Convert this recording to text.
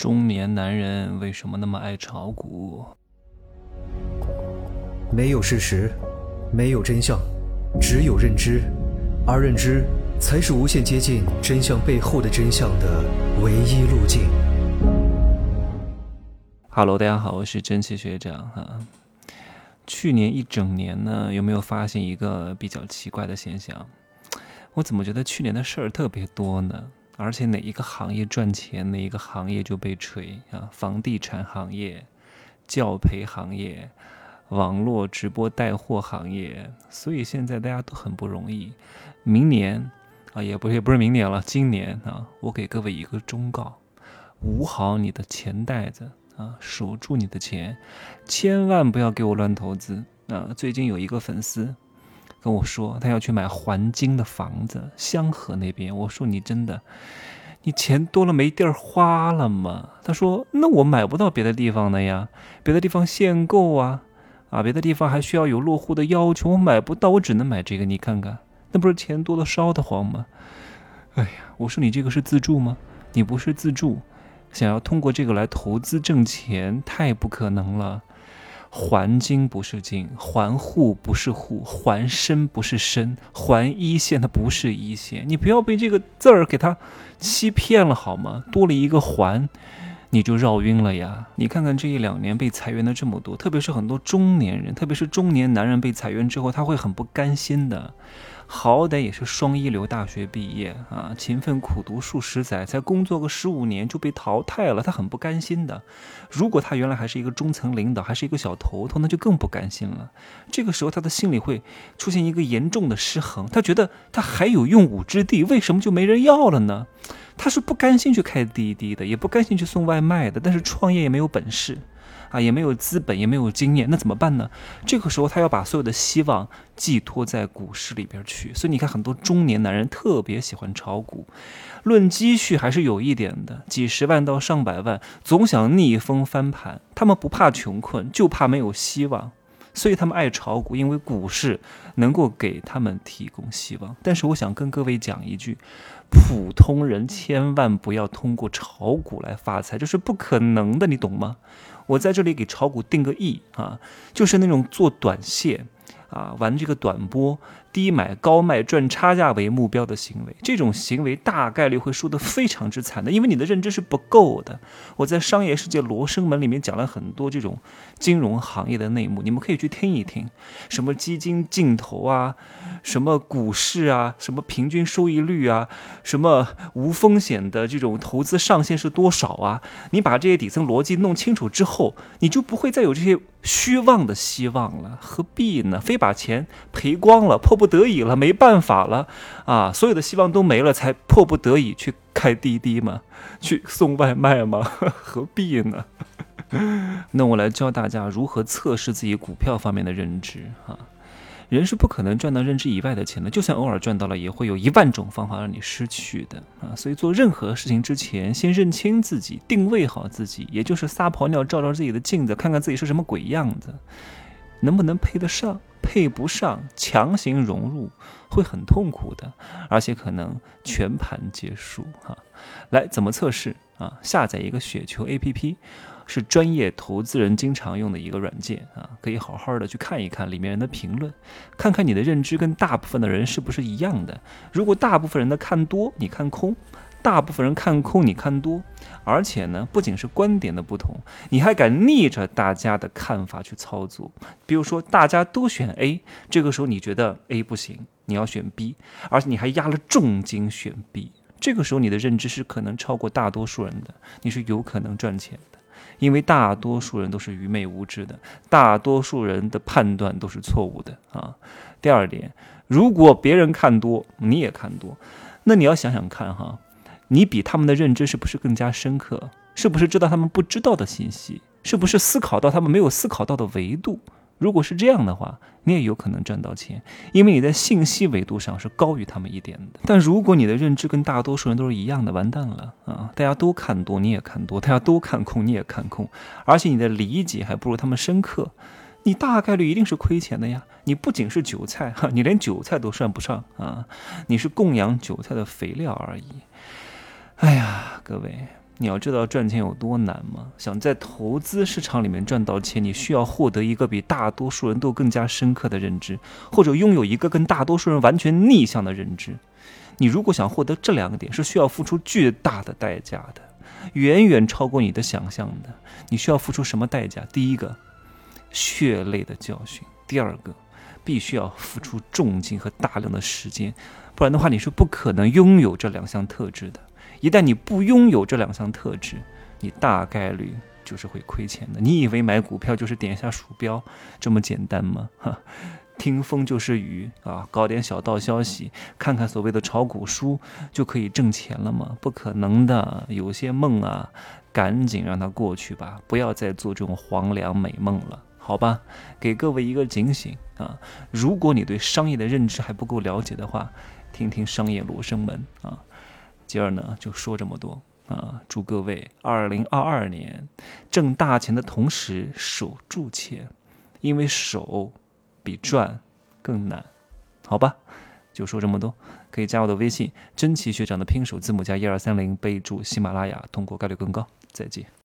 中年男人为什么那么爱炒股？ 没有事实，没有真相，只有认知，而认知才是无限接近真相背后的真相的唯一路径。 Hello， 大家好，我是真奇学长哈。去年一整年呢，有没有发现一个比较奇怪的现象？我怎么觉得去年的事儿特别多呢？而且哪一个行业赚钱，哪一个行业就被锤啊！房地产行业、教培行业、网络直播带货行业，所以现在大家都很不容易。明年啊，也不是明年了，今年啊，我给各位一个忠告：捂好你的钱袋子啊，守住你的钱，千万不要给我乱投资啊！最近有一个粉丝跟我说他要去买环京的房子，香河那边。我说你真的，你钱多了没地儿花了吗？他说那我买不到别的地方的呀，别的地方限购啊，别的地方还需要有落户的要求，我买不到，我只能买这个，你看看，那不是钱多的烧得慌吗？哎呀，我说你这个是自住吗？你不是自住，想要通过这个来投资挣钱，太不可能了。还金不是金，还户不是户，还身不是身，还一线的不是一线，你不要被这个字儿给它欺骗了好吗？多了一个还，你就绕晕了呀。你看看这一两年被裁员的这么多，特别是很多中年人，特别是中年男人被裁员之后，他会很不甘心的。好歹也是双一流大学毕业啊，勤奋苦读数十载，才工作个15年就被淘汰了，他很不甘心的。如果他原来还是一个中层领导，还是一个小头头，那就更不甘心了。这个时候他的心里会出现一个严重的失衡，他觉得他还有用武之地，为什么就没人要了呢？他是不甘心去开滴滴的，也不甘心去送外卖的，但是创业也没有本事也没有资本，也没有经验，那怎么办呢？这个时候他要把所有的希望寄托在股市里边去。所以你看很多中年男人特别喜欢炒股，论积蓄还是有一点的，几十万到上百万，总想逆风翻盘。他们不怕穷困，就怕没有希望，所以他们爱炒股，因为股市能够给他们提供希望。但是我想跟各位讲一句，普通人千万不要通过炒股来发财，这是不可能的，你懂吗？我在这里给炒股定个义就是那种做短线玩这个短波，低买高卖赚差价为目标的行为，这种行为大概率会输得非常之惨的，因为你的认知是不够的。我在商业世界罗生门里面讲了很多这种金融行业的内幕，你们可以去听一听，什么基金净投什么股市什么平均收益率什么无风险的这种投资上限是多少你把这些底层逻辑弄清楚之后，你就不会再有这些虚妄的希望了，何必呢？非把钱赔光了，迫不得已了，没办法了所有的希望都没了，才迫不得已去开滴滴吗？去送外卖吗？何必呢？那我来教大家如何测试自己股票方面的认知人是不可能赚到认知以外的钱的，就算偶尔赚到了，也会有1万种方法让你失去的所以做任何事情之前，先认清自己，定位好自己，也就是撒泡尿照照自己的镜子，看看自己是什么鬼样子，能不能配得上，配不上，强行融入会很痛苦的，而且可能全盘皆输来，怎么测试下载一个雪球 APP， 是专业投资人经常用的一个软件可以好好的去看一看里面人的评论，看看你的认知跟大部分的人是不是一样的。如果大部分人的看多，你看空；大部分人看空，你看多，而且呢，不仅是观点的不同，你还敢逆着大家的看法去操作。比如说大家都选 A， 这个时候你觉得 A 不行，你要选 B， 而且你还压了重金选 B， 这个时候你的认知是可能超过大多数人的，你是有可能赚钱的。因为大多数人都是愚昧无知的，大多数人的判断都是错误的第二点，如果别人看多，你也看多，那你要想想看你比他们的认知是不是更加深刻？是不是知道他们不知道的信息？是不是思考到他们没有思考到的维度？如果是这样的话，你也有可能赚到钱，因为你在信息维度上是高于他们一点的。但如果你的认知跟大多数人都是一样的，完蛋了大家都看多，你也看多；大家都看空，你也看空，而且你的理解还不如他们深刻，你大概率一定是亏钱的呀。你不仅是韭菜你连韭菜都算不上你是供养韭菜的肥料而已。哎呀，各位， 你要知道赚钱有多难吗？想在投资市场里面赚到钱，你需要获得一个比大多数人都更加深刻的认知，或者拥有一个跟大多数人完全逆向的认知。你如果想获得这2个点，是需要付出巨大的代价的，远远超过你的想象的。你需要付出什么代价？第一个，血泪的教训；第二个，必须要付出重金和大量的时间，不然的话你是不可能拥有这2项特质的。一旦你不拥有这2项特质，你大概率就是会亏钱的。你以为买股票就是点一下鼠标这么简单吗？听风就是雨啊，搞点小道消息，看看所谓的炒股书就可以挣钱了吗？不可能的。有些梦啊，赶紧让它过去吧，不要再做这种黄粱美梦了，好吧？给各位一个警醒啊！如果你对商业的认知还不够了解的话，听听商业罗生门啊。今儿呢就说这么多啊！祝各位2022年挣大钱的同时守住钱，因为守比赚更难，好吧？就说这么多，可以加我的微信，真奇学长的拼手字母加1230，备注喜马拉雅，通过概率更高。再见。